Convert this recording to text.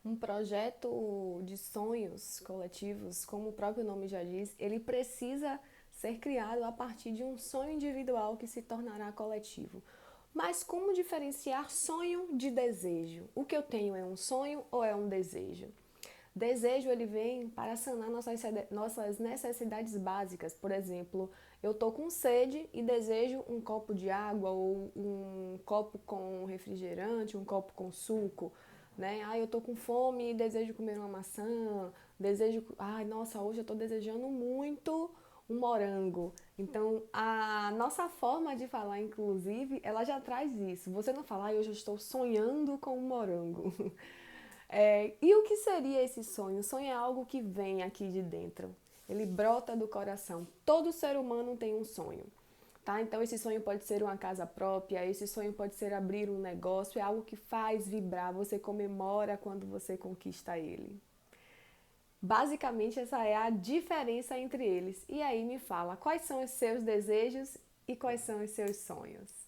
Um projeto de sonhos coletivos, como o próprio nome já diz, ele precisa ser criado a partir de um sonho individual que se tornará coletivo. Mas como diferenciar sonho de desejo? O que eu tenho é um sonho ou é um desejo? Desejo ele vem para sanar nossas necessidades básicas. Por exemplo, eu estou com sede e desejo um copo de água ou um copo com refrigerante, um copo com suco, né? Eu estou com fome e desejo comer uma maçã, desejo, nossa, hoje eu estou desejando muito um morango. Então, a nossa forma de falar, inclusive, ela já traz isso. Você não fala, hoje eu estou sonhando com um morango. E o que seria esse sonho? O sonho é algo que vem aqui de dentro. Ele brota do coração. Todo ser humano tem um sonho. Tá? Então, esse sonho pode ser uma casa própria, esse sonho pode ser abrir um negócio, é algo que faz vibrar, você comemora quando você conquista ele. Basicamente, essa é a diferença entre eles. E aí me fala, quais são os seus desejos e quais são os seus sonhos?